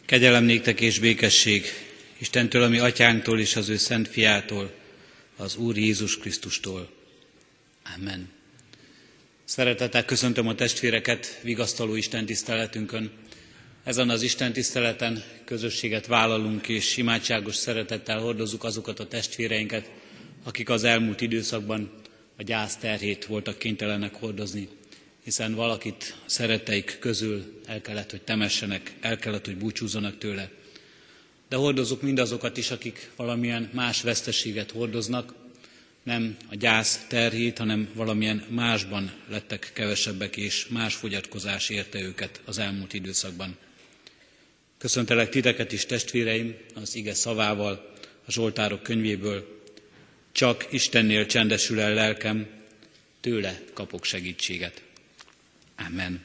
Kegyelem néktek és békesség Istentől, a mi atyánktól és az ő szent fiától, az Úr Jézus Krisztustól. Amen. Szeretettel köszöntöm a testvéreket vigasztaló istentiszteletünkön. Ezen az istentiszteleten közösséget vállalunk és imádságos szeretettel hordozzuk azokat a testvéreinket, akik az elmúlt időszakban a gyász terhét voltak kénytelenek hordozni, hiszen valakit a szeretteik közül el kellett, hogy temessenek, el kellett, hogy búcsúzzanak tőle. De hordozzuk mindazokat is, akik valamilyen más veszteséget hordoznak, nem a gyász terhét, hanem valamilyen másban lettek kevesebbek, és más fogyatkozás érte őket az elmúlt időszakban. Köszöntelek titeket is, testvéreim, az ige szavával, a Zsoltárok könyvéből. Csak Istennél csendesül el lelkem, tőle kapok segítséget. Amen.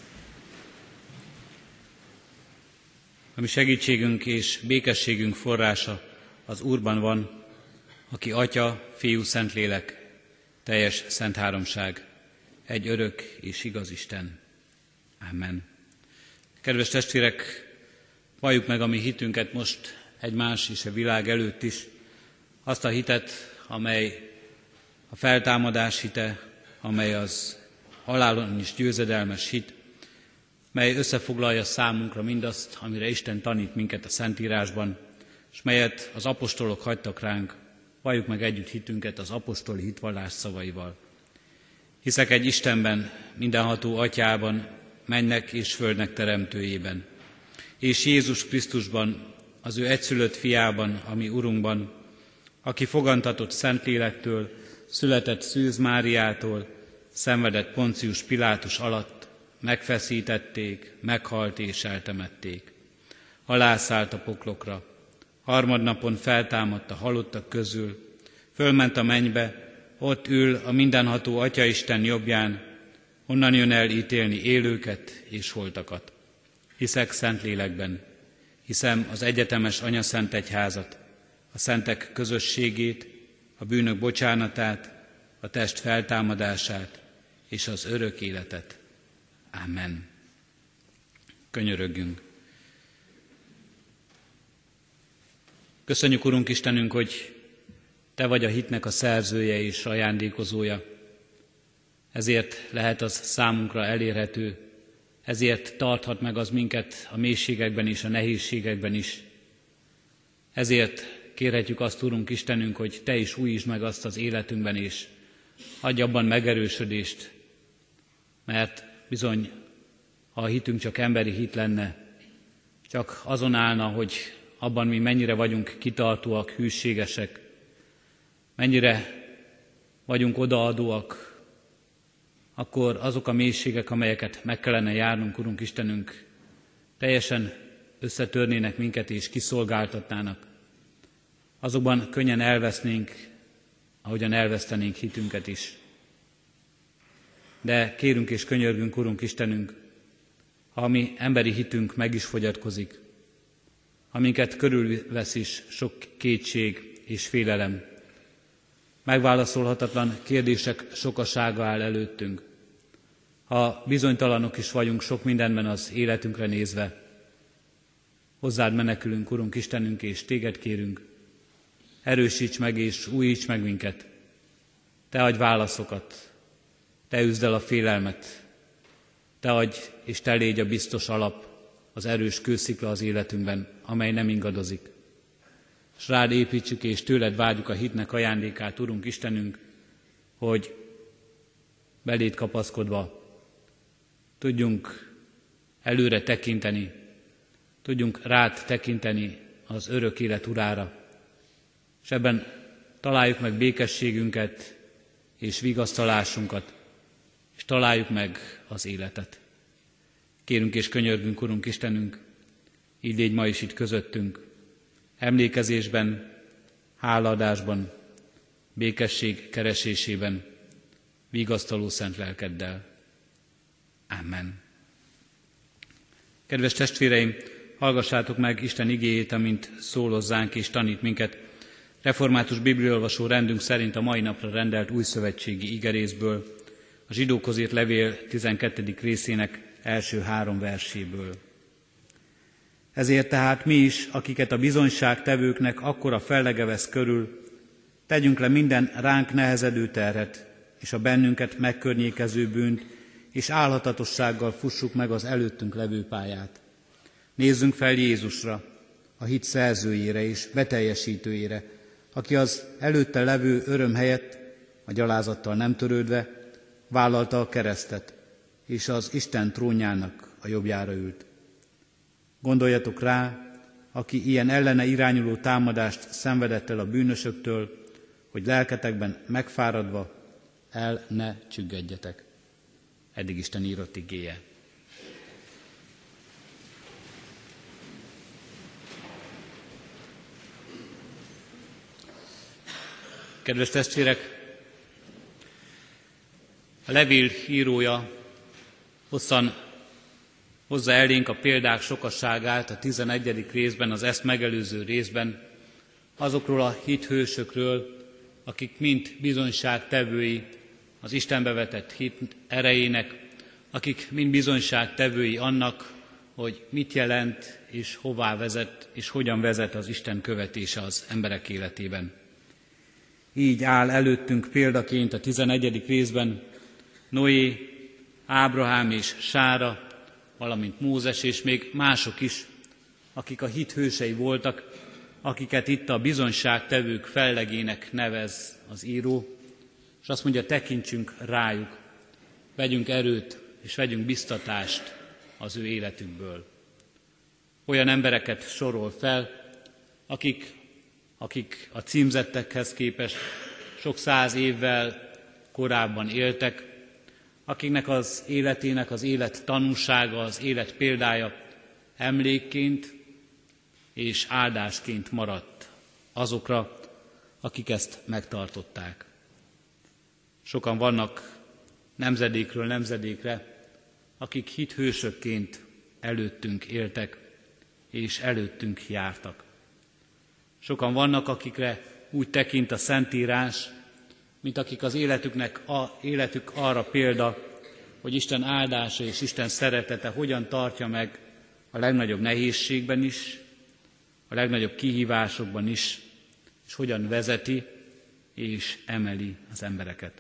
A mi segítségünk és békességünk forrása az Úrban van, aki Atya, Fiú, Szentlélek, teljes szent háromság, egy örök és igaz Isten. Amen. Kedves testvérek, valljuk meg a mi hitünket most egymás és a világ előtt is, azt a hitet, amely a feltámadás hite, amely az halálon is győzedelmes hit, mely összefoglalja számunkra mindazt, amire Isten tanít minket a Szentírásban, és melyet az apostolok hagytak ránk. Valljuk meg együtt hitünket az apostoli hitvallás szavaival. Hiszek egy Istenben, mindenható Atyában, mennek és földnek teremtőjében, és Jézus Krisztusban, az ő egyszülött fiában, a mi Urunkban, aki fogantatott Szentlélektől, született Szűz Máriától, szenvedett Poncius Pilátus alatt, megfeszítették, meghalt és eltemették. Alászállt a poklokra, harmadnapon feltámadt a halottak közül, fölment a mennybe, ott ül a mindenható Atyaisten jobbján, onnan jön el ítélni élőket és holtakat. Hiszek Szentlélekben, hiszem az egyetemes Anyaszent Egyházat, a szentek közösségét, a bűnök bocsánatát, a test feltámadását és az örök életet. Amen. Könyörögjünk. Köszönjük, Urunk Istenünk, hogy Te vagy a hitnek a szerzője és ajándékozója. Ezért lehet az számunkra elérhető, ezért tarthat meg az minket a mélységekben és a nehézségekben is. Ezért kérhetjük azt, Urunk Istenünk, hogy Te is újítsd meg azt az életünkben, és adj abban megerősödést, mert bizony, ha a hitünk csak emberi hit lenne, csak azon állna, hogy abban mi mennyire vagyunk kitartóak, hűségesek, mennyire vagyunk odaadóak, akkor azok a mélységek, amelyeket meg kellene járnunk, Urunk Istenünk, teljesen összetörnének minket és kiszolgáltatnának. Azokban könnyen elvesznénk, ahogyan elvesztenénk hitünket is. De kérünk és könyörgünk, Urunk Istenünk, ha a mi emberi hitünk meg is fogyatkozik, ha minket körülvesz is sok kétség és félelem, megválaszolhatatlan kérdések sokasága áll előttünk, ha bizonytalanok is vagyunk sok mindenben az életünkre nézve, hozzád menekülünk, Urunk Istenünk, és Téged kérünk, erősíts meg és újíts meg minket, Te adj válaszokat, Te üzd el a félelmet, Te adj és Te légy a biztos alap, az erős kőszikla az életünkben, amely nem ingadozik. S rád építsük és tőled várjuk a hitnek ajándékát, Urunk Istenünk, hogy beléd kapaszkodva tudjunk előre tekinteni, tudjunk rád tekinteni az örök élet urára, és ebben találjuk meg békességünket és vigasztalásunkat, és találjuk meg az életet. Kérünk és könyörgünk, Urunk Istenünk, így légy ma is itt közöttünk, emlékezésben, hálaadásban, békesség keresésében, vigasztaló szent lelkeddel. Amen. Kedves testvéreim, hallgassátok meg Isten igéjét, amint szól hozzánk és tanít minket. Református bibliaolvasó rendünk szerint a mai napra rendelt újszövetségi igerészből, a Zsidókhoz írt levél 12. részének első 3 verséből. Ezért tehát mi is, akiket a bizonyságtevőknek akkora fellege vesz körül, tegyünk le minden ránk nehezedő terhet, és a bennünket megkörnyékező bűnt, és álhatatossággal fussuk meg az előttünk levő pályát. Nézzünk fel Jézusra, a hit szerzőjére és beteljesítőjére, aki az előtte levő öröm helyett, a gyalázattal nem törődve, vállalta a keresztet, és az Isten trónjának a jobbjára ült. Gondoljatok rá, aki ilyen ellene irányuló támadást szenvedett el a bűnösöktől, hogy lelketekben megfáradva el ne csüggedjetek. Eddig Isten írott igéje. Kedves testvérek, a levél írója hosszan hozza elénk a példák sokasságát a 11. részben, az ezt megelőző részben, azokról a hithősökről, akik mind bizonyságtevői az Istenbe vetett hit erejének, akik mind bizonyságtevői annak, hogy mit jelent és hová vezet és hogyan vezet az Isten követése az emberek életében. Így áll előttünk példaként a 11. részben Noé, Ábrahám és Sára, valamint Mózes és még mások is, akik a hit hősei voltak, akiket itt a bizonyságtevők fellegének nevez az író, és azt mondja, tekintsünk rájuk, vegyünk erőt és vegyünk biztatást az ő életükből. Olyan embereket sorol fel, akik a címzettekhez képest sok száz évvel korábban éltek, akiknek az életének az élet tanúsága, az élet példája emlékként és áldásként maradt azokra, akik ezt megtartották. Sokan vannak nemzedékről nemzedékre, akik hithősökként előttünk éltek és előttünk jártak. Sokan vannak, akikre úgy tekint a Szentírás, mint akik az életük arra példa, hogy Isten áldása és Isten szeretete hogyan tartja meg a legnagyobb nehézségben is, a legnagyobb kihívásokban is, és hogyan vezeti és emeli az embereket.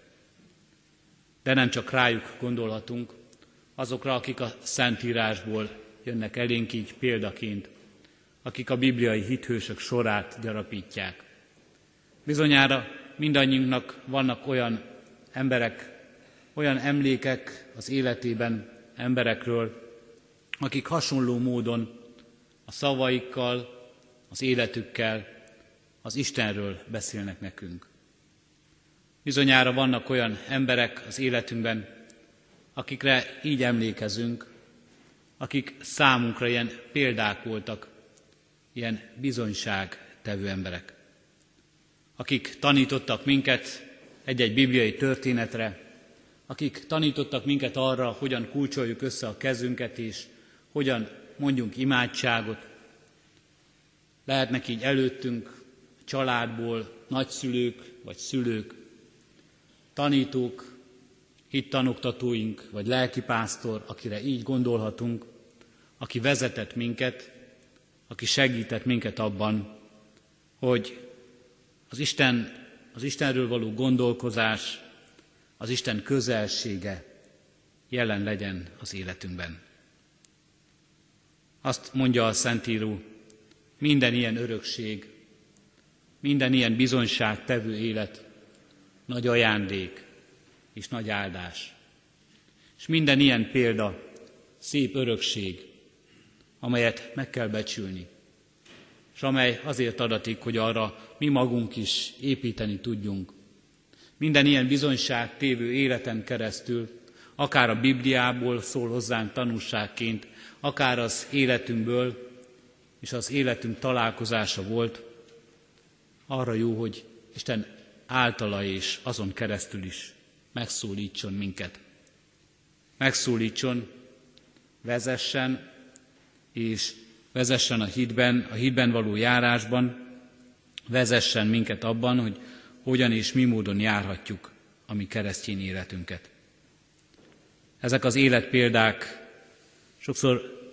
De nem csak rájuk gondolhatunk, azokra, akik a Szentírásból jönnek elénk így példaként, akik a bibliai hithősök sorát gyarapítják. Bizonyára mindannyiunknak vannak olyan emberek, olyan emlékek az életében emberekről, akik hasonló módon a szavaikkal, az életükkel az Istenről beszélnek nekünk. Bizonyára vannak olyan emberek az életünkben, akikre így emlékezünk, akik számunkra ilyen példák voltak, ilyen bizonyságtevő emberek, akik tanítottak minket egy-egy bibliai történetre, akik tanítottak minket arra, hogyan kulcsoljuk össze a kezünket, és hogyan mondjunk imádságot. Lehetnek így előttünk családból nagyszülők vagy szülők, tanítók, hittanoktatóink vagy lelkipásztor, akire így gondolhatunk, aki vezetett minket, aki segített minket abban, hogy az Istenről való gondolkozás, az Isten közelsége jelen legyen az életünkben. Azt mondja a Szentíró, minden ilyen örökség, minden ilyen bizonyságtevő élet nagy ajándék és nagy áldás. És minden ilyen példa szép örökség, amelyet meg kell becsülni, és amely azért adatik, hogy arra mi magunk is építeni tudjunk. Minden ilyen bizonyságtévő életen keresztül, akár a Bibliából szól hozzánk tanúságként, akár az életünkből, és az életünk találkozása volt, arra jó, hogy Isten általa és azon keresztül is megszólítson minket. Megszólítson, vezessen, és vezessen a hitben való járásban, vezessen minket abban, hogy hogyan és mi módon járhatjuk a mi keresztény életünket. Ezek az életpéldák sokszor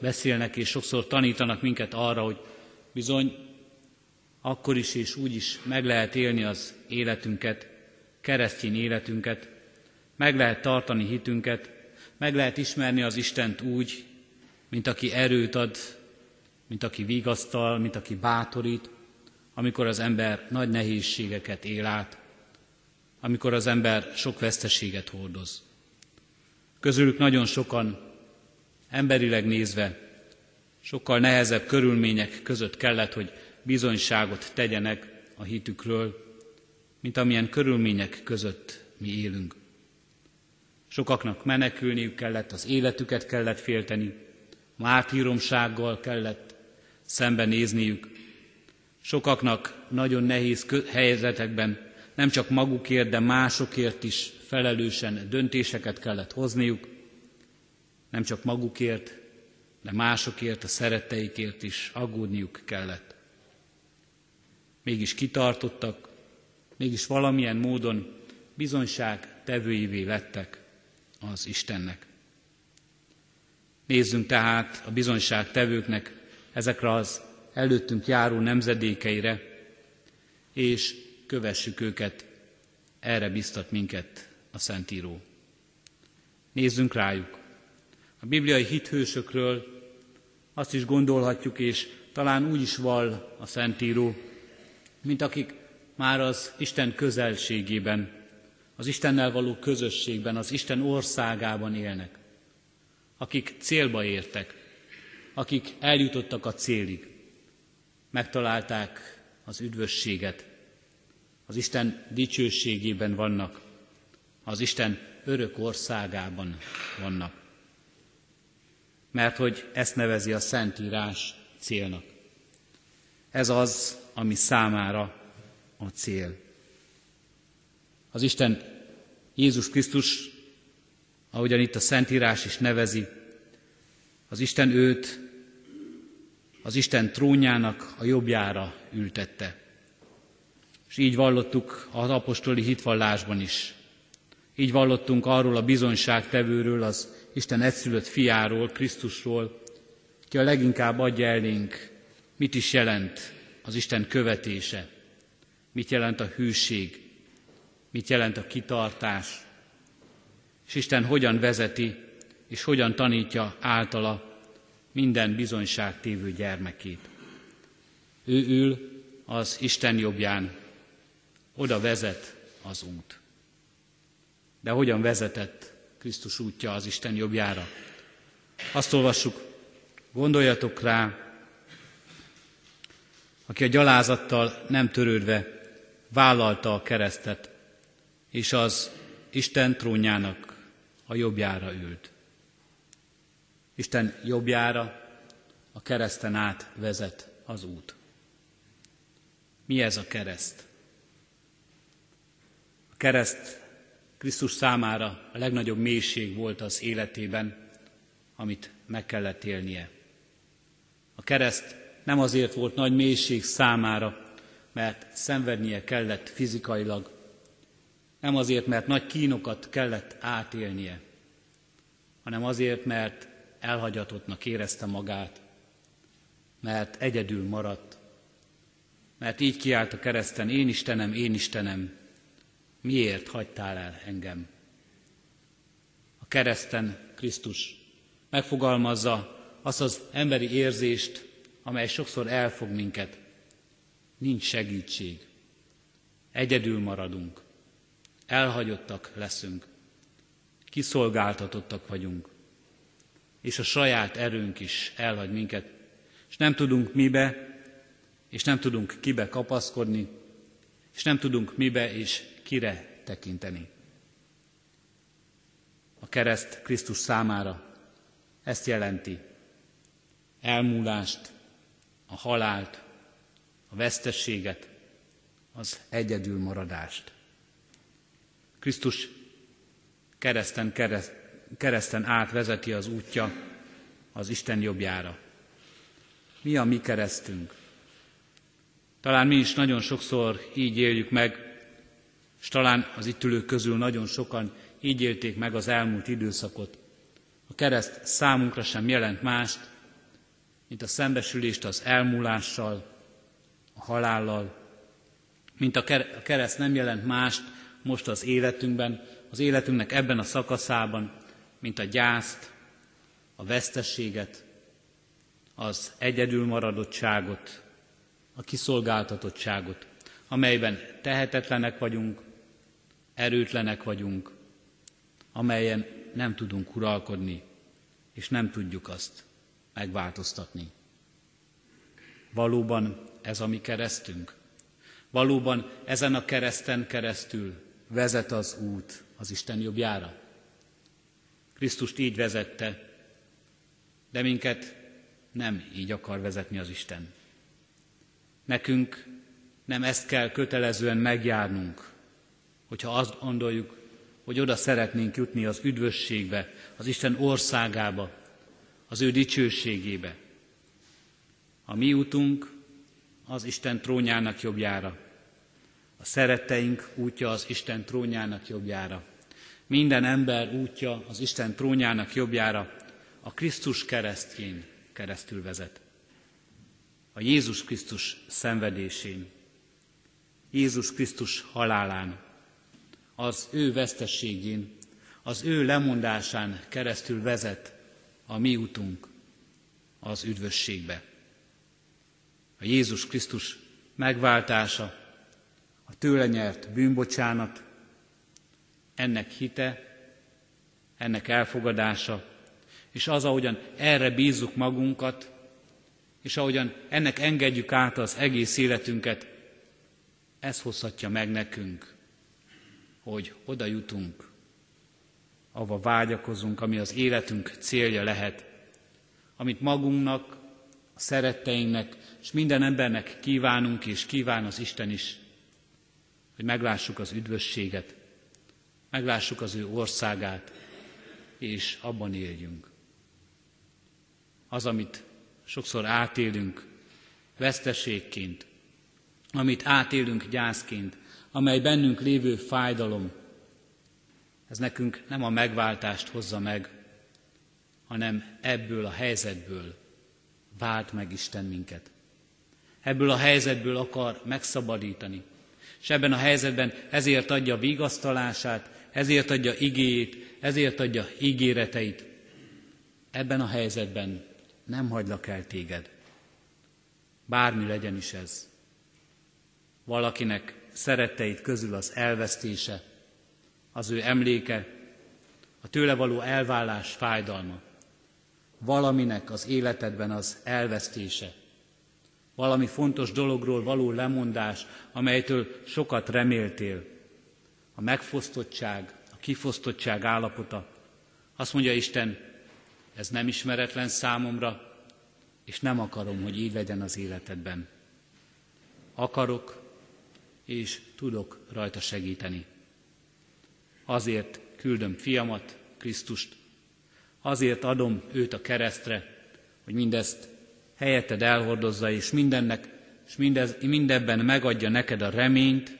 beszélnek és sokszor tanítanak minket arra, hogy bizony akkor is és úgy is meg lehet élni az életünket, keresztény életünket, meg lehet tartani hitünket, meg lehet ismerni az Istent úgy, mint aki erőt ad, mint aki vigasztal, mint aki bátorít, amikor az ember nagy nehézségeket él át, amikor az ember sok veszteséget hordoz. Közülük nagyon sokan, emberileg nézve, sokkal nehezebb körülmények között kellett, hogy bizonyságot tegyenek a hitükről, mint amilyen körülmények között mi élünk. Sokaknak menekülniük kellett, az életüket kellett félteni, mártíromsággal kellett szembenézniük. Sokaknak nagyon nehéz helyzetekben nem csak magukért, de másokért is felelősen döntéseket kellett hozniuk, nem csak magukért, de másokért, a szeretteikért is aggódniuk kellett. Mégis kitartottak, mégis valamilyen módon bizonyság tevőivé lettek az Istennek. Nézzünk tehát a bizonyság tevőknek ezekre az előttünk járó nemzedékeire, és kövessük őket, erre biztat minket a Szentíró. Nézzünk rájuk. A bibliai hithősökről azt is gondolhatjuk, és talán úgy is vall a Szentíró, mint akik már az Isten közelségében, az Istennel való közösségben, az Isten országában élnek, akik célba értek, akik eljutottak a célig, megtalálták az üdvösséget, az Isten dicsőségében vannak, az Isten örök országában vannak. Mert hogy ezt nevezi a Szentírás célnak. Ez az, ami számára a cél. Az Isten Jézus Krisztus, ahogyan itt a Szentírás is nevezi, az Isten őt az Isten trónjának a jobbjára ültette. És így vallottuk az apostoli hitvallásban is. Így vallottunk arról a bizonyságtevőről, az Isten egyszülött fiáról, Krisztusról, ki a leginkább adja elénk, mit is jelent az Isten követése, mit jelent a hűség, mit jelent a kitartás, és Isten hogyan vezeti, és hogyan tanítja általa minden bizonyságtévő gyermekét. Ő ül az Isten jobbján, oda vezet az út. De hogyan vezetett Krisztus útja az Isten jobbjára? Azt olvassuk, gondoljatok rá, aki a gyalázattal nem törődve vállalta a keresztet, és az Isten trónjának a jobbjára ült. Isten jobbjára a kereszten át vezet az út. Mi ez a kereszt? A kereszt Krisztus számára a legnagyobb mélység volt az életében, amit meg kellett élnie. A kereszt nem azért volt nagy mélység számára, mert szenvednie kellett fizikailag, nem azért, mert nagy kínokat kellett átélnie, hanem azért, mert elhagyatottnak érezte magát, mert egyedül maradt, mert így kiállt a kereszten, én Istenem, miért hagytál el engem? A kereszten Krisztus megfogalmazza azt az emberi érzést, amely sokszor elfog minket. Nincs segítség. Egyedül maradunk. Elhagyottak leszünk. Kiszolgáltatottak vagyunk. És a saját erőnk is elhagy minket. És nem tudunk mibe, és nem tudunk kibe kapaszkodni, és nem tudunk mibe és kire tekinteni. A kereszt Krisztus számára ezt jelenti. Elmúlást, a halált, a vesztességet, az egyedülmaradást. Krisztus kereszten átvezeti az útja az Isten jobbjára. Mi a mi keresztünk? Talán mi is nagyon sokszor így éljük meg, és talán az itt ülők közül nagyon sokan így élték meg az elmúlt időszakot. A kereszt számunkra sem jelent mást, mint a szembesülést az elmúlással, a halállal, mint a kereszt nem jelent mást most az életünkben, az életünknek ebben a szakaszában, mint a gyászt, a vesztességet, az egyedülmaradottságot, a kiszolgáltatottságot, amelyben tehetetlenek vagyunk, erőtlenek vagyunk, amelyen nem tudunk uralkodni, és nem tudjuk azt megváltoztatni. Valóban ez a mi keresztünk. Valóban ezen a kereszten keresztül vezet az út az Isten jobbjára. Krisztust így vezette, de minket nem így akar vezetni az Isten. Nekünk nem ezt kell kötelezően megjárnunk, hogyha azt gondoljuk, hogy oda szeretnénk jutni az üdvösségbe, az Isten országába, az ő dicsőségébe. A mi útunk az Isten trónjának jobbjára. A szeretteink útja az Isten trónjának jobbjára. Minden ember útja az Isten trónjának jobbjára a Krisztus keresztjén keresztül vezet. A Jézus Krisztus szenvedésén, Jézus Krisztus halálán, az ő vesztességén, az ő lemondásán keresztül vezet a mi utunk az üdvösségbe. A Jézus Krisztus megváltása, a tőle nyert bűnbocsánat, ennek hite, ennek elfogadása, és az, ahogyan erre bízzuk magunkat, és ahogyan ennek engedjük át az egész életünket, ez hozhatja meg nekünk, hogy oda jutunk, ahova vágyakozunk, ami az életünk célja lehet, amit magunknak, a szeretteinknek, és minden embernek kívánunk, és kíván az Isten is, hogy meglássuk az üdvösséget, meglássuk az ő országát, és abban éljünk. Az, amit sokszor átélünk veszteségként, amit átélünk gyászként, amely bennünk lévő fájdalom, ez nekünk nem a megváltást hozza meg, hanem ebből a helyzetből vált meg Isten minket. Ebből a helyzetből akar megszabadítani. És ebben a helyzetben ezért adja vigasztalását, ezért adja igéjét, ezért adja ígéreteit. Ebben a helyzetben nem hagylak el téged. Bármi legyen is ez. Valakinek szeretteit közül az elvesztése, az ő emléke, a tőle való elválás fájdalma. Valaminek az életedben az elvesztése. Valami fontos dologról való lemondás, amelytől sokat reméltél. A megfosztottság, a kifosztottság állapota. Azt mondja Isten, ez nem ismeretlen számomra, és nem akarom, hogy így legyen az életedben. Akarok, és tudok rajta segíteni. Azért küldöm fiamat, Krisztust, azért adom őt a keresztre, hogy mindezt helyetted elhordozza, és mindebben megadja neked a reményt,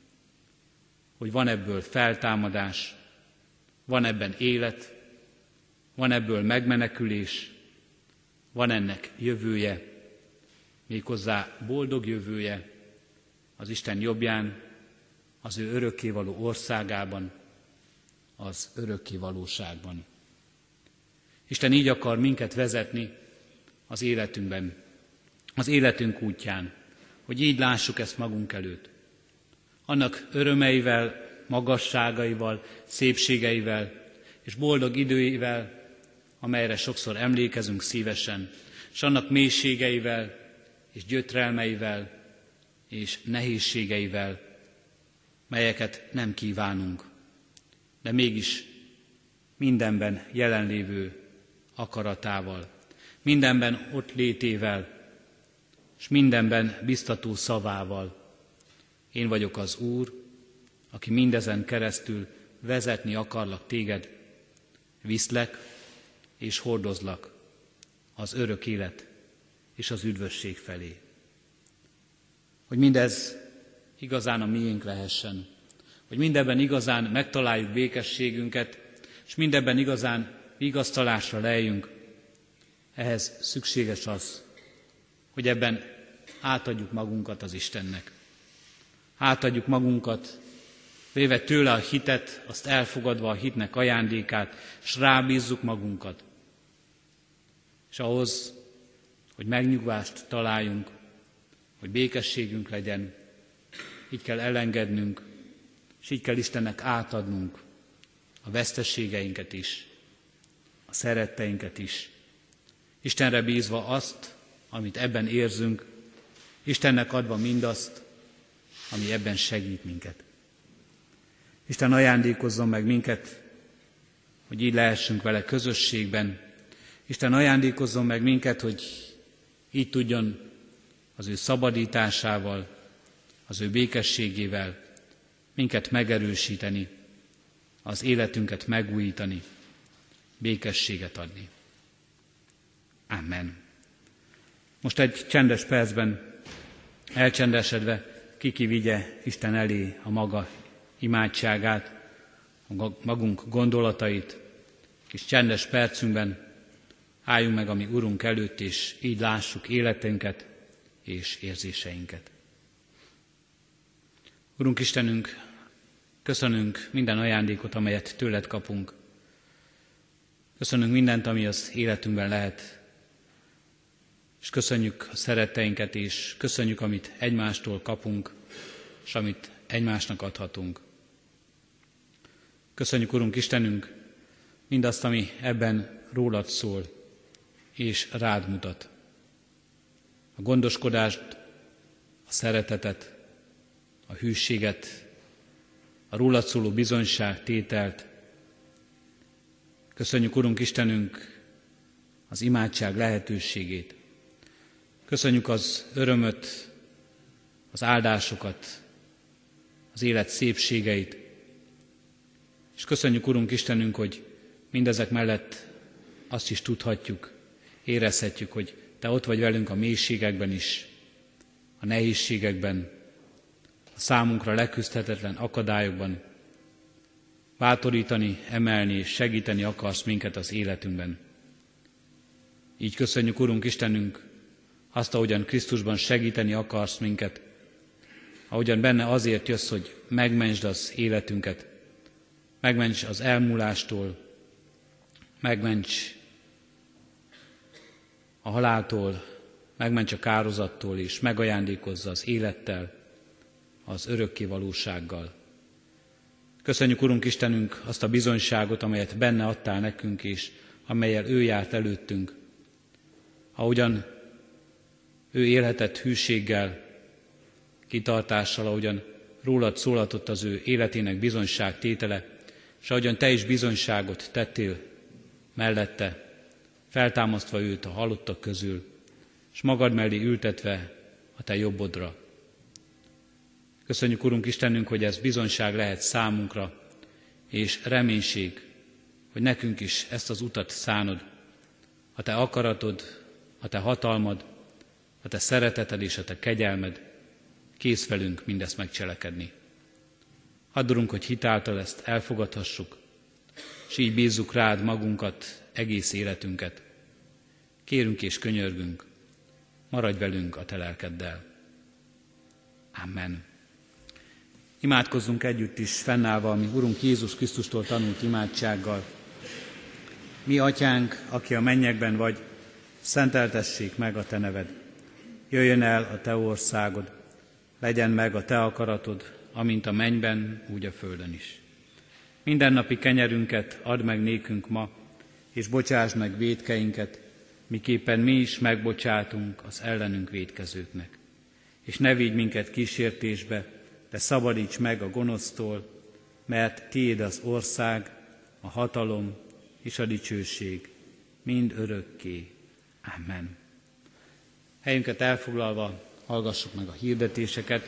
hogy van ebből feltámadás, van ebben élet, van ebből megmenekülés, van ennek jövője, méghozzá boldog jövője az Isten jobbján, az ő örökkévaló országában, az örökké valóságban. Isten így akar minket vezetni az életünkben, az életünk útján, hogy így lássuk ezt magunk előtt. Annak örömeivel, magasságaival, szépségeivel és boldog időivel, amelyre sokszor emlékezünk szívesen, és annak mélységeivel és gyötrelmeivel és nehézségeivel, melyeket nem kívánunk, de mégis mindenben jelenlévő akaratával, mindenben ott létével, és mindenben biztató szavával. Én vagyok az Úr, aki mindezen keresztül vezetni akarlak téged, viszlek és hordozlak az örök élet és az üdvösség felé. Hogy mindez igazán a miénk lehessen, hogy mindebben igazán megtaláljuk békességünket, és mindebben igazán vigasztalásra leljünk, ehhez szükséges az, hogy ebben átadjuk magunkat az Istennek. Átadjuk magunkat, véve tőle a hitet, azt elfogadva a hitnek ajándékát, és rábízzuk magunkat. És ahhoz, hogy megnyugvást találjunk, hogy békességünk legyen, így kell elengednünk, és így kell Istennek átadnunk a veszteségeinket is, a szeretteinket is. Istenre bízva azt, amit ebben érzünk, Istennek adva mindazt, ami ebben segít minket. Isten ajándékozzon meg minket, hogy így lehessünk vele közösségben. Isten ajándékozzon meg minket, hogy így tudjon az ő szabadításával, az ő békességével minket megerősíteni, az életünket megújítani, békességet adni. Amen. Most egy csendes percben elcsendesedve ki vigye Isten elé a maga imádságát, a magunk gondolatait, kis csendes percünkben álljunk meg a mi Urunk előtt, és így lássuk életünket és érzéseinket. Urunk Istenünk, köszönünk minden ajándékot, amelyet tőled kapunk. Köszönünk mindent, ami az életünkben lehet, és köszönjük a szeretteinket, és köszönjük, amit egymástól kapunk, és amit egymásnak adhatunk. Köszönjük, Urunk Istenünk, mindazt, ami ebben rólad szól, és rád mutat. A gondoskodást, a szeretetet, a hűséget, a rólad szóló bizonyságtételt. Köszönjük, Urunk Istenünk, az imádság lehetőségét. Köszönjük az örömöt, az áldásokat, az élet szépségeit. És köszönjük, Urunk Istenünk, hogy mindezek mellett azt is tudhatjuk, érezhetjük, hogy Te ott vagy velünk a mélységekben is, a nehézségekben, a számunkra leküzdhetetlen akadályokban. Bátorítani, emelni és segíteni akarsz minket az életünkben. Így köszönjük, Urunk Istenünk, azt, ahogyan Krisztusban segíteni akarsz minket, ahogyan benne azért jössz, hogy megmentsd az életünket, megments az elmúlástól, megments a haláltól, megments a kározattól, és megajándékozza az élettel, az örökké valósággal. Köszönjük, Urunk Istenünk, azt a bizonyságot, amelyet benne adtál nekünk, és amellyel ő járt előttünk. Ahogyan ő élhetett hűséggel, kitartással, ahogyan rólad szólatott az ő életének bizonyságtétele, és ahogyan te is bizonyságot tettél mellette, feltámasztva őt a halottak közül, és magad mellé ültetve a te jobbodra. Köszönjük, Urunk Istenünk, hogy ez bizonyság lehet számunkra, és reménység, hogy nekünk is ezt az utat szánod. A te akaratod, a te hatalmad, a te szereteted és a te kegyelmed kész velünk mindezt megcselekedni. Add, Urunk, hogy hitáltal ezt elfogadhassuk, és így bízzuk rád magunkat, egész életünket. Kérünk és könyörgünk, maradj velünk a te lelkeddel. Amen. Imádkozzunk együtt is, fennállva a mi Urunk Jézus Krisztustól tanult imádsággal. Mi Atyánk, aki a mennyekben vagy, szenteltessék meg a te neved. Jöjjön el a te országod, legyen meg a te akaratod, amint a mennyben, úgy a földön is. Mindennapi kenyerünket add meg nékünk ma, és bocsásd meg vétkeinket, miképpen mi is megbocsátunk az ellenünk vétkezőknek. És ne vigy minket kísértésbe, de szabadíts meg a gonosztól, mert tiéd az ország, a hatalom és a dicsőség, mind örökké. Amen. Helyünket elfoglalva hallgassuk meg a hirdetéseket,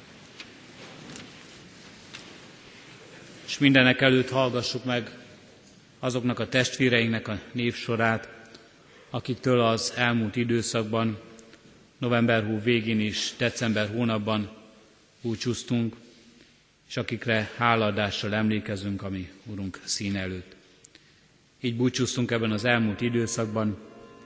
és mindenek előtt hallgassuk meg azoknak a testvéreinknek a névsorát, akiktől az elmúlt időszakban, november hó végén és december hónapban búcsúztunk, és akikre hálaadással emlékezünk a mi Urunk színe előtt. Így búcsúztunk ebben az elmúlt időszakban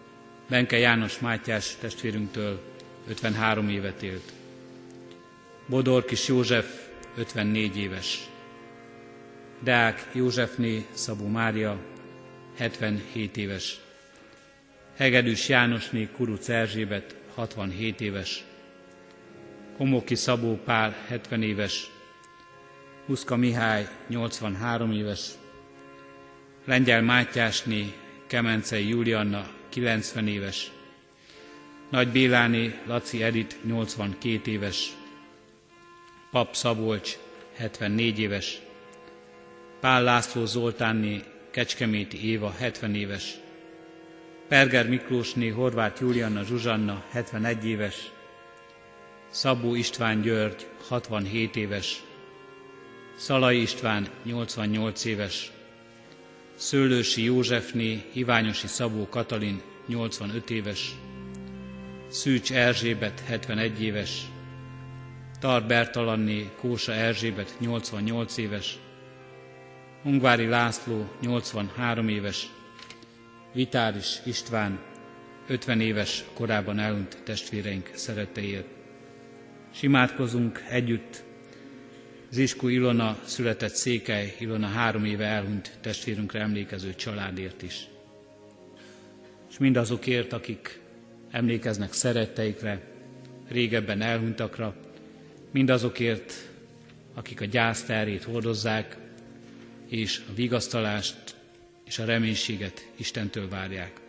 Benke János Mátyás testvérünktől 53 évet élt. Bodor Kis József 54 éves. Deák Józsefné Szabó Mária 77 éves. Hegedűs Jánosné Kuruc Erzsébet 67 éves. Homoki Szabó Pál 70 éves. Huszka Mihály 83 éves. Lengyel Mátyásné Kemencei Julianna 90 éves. Nagy Béláné Laci Edith 82 éves. Pap Szabolcs 74 éves. Pál László Zoltánné Kecskeméti Éva 70 éves. Perger Miklósné Horváth Julianna Zsuzsanna 71 éves. Szabó István György 67 éves. Szalai István 88 éves. Szőlősi Józsefné Iványosi Szabó Katalin 85 éves. Szűcs Erzsébet 71 éves. Tar Bertalanné Kósa Erzsébet 88 éves. Ungvári László 83 éves. Vitáris István 50 éves korában elhunyt testvéreink szeretteiért. S imádkozunk együtt Zsiskó Ilona született Székely Ilona 3 éve elhunyt testvérünkre emlékező családért is. És mindazokért, akik emlékeznek szeretteikre, régebben elhunytakra, mindazokért, akik a gyász terhét hordozzák, és a vigasztalást és a reménységet Istentől várják.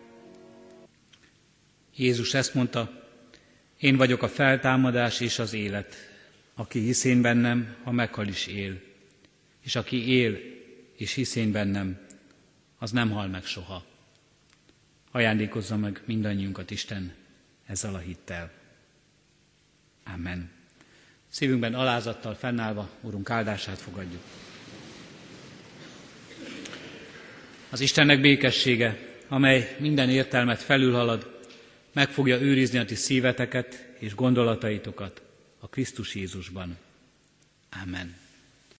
Jézus ezt mondta: én vagyok a feltámadás és az élet. Aki hisz én bennem, ha meghal is él. És aki él és hisz én bennem, az nem hal meg soha. Ajándékozza meg mindannyiunkat Isten ezzel a hittel. Amen. Szívünkben alázattal fennállva Urunk áldását fogadjuk. Az Istennek békessége, amely minden értelmet felülhalad, meg fogja őrizni a ti szíveteket és gondolataitokat a Krisztus Jézusban. Amen.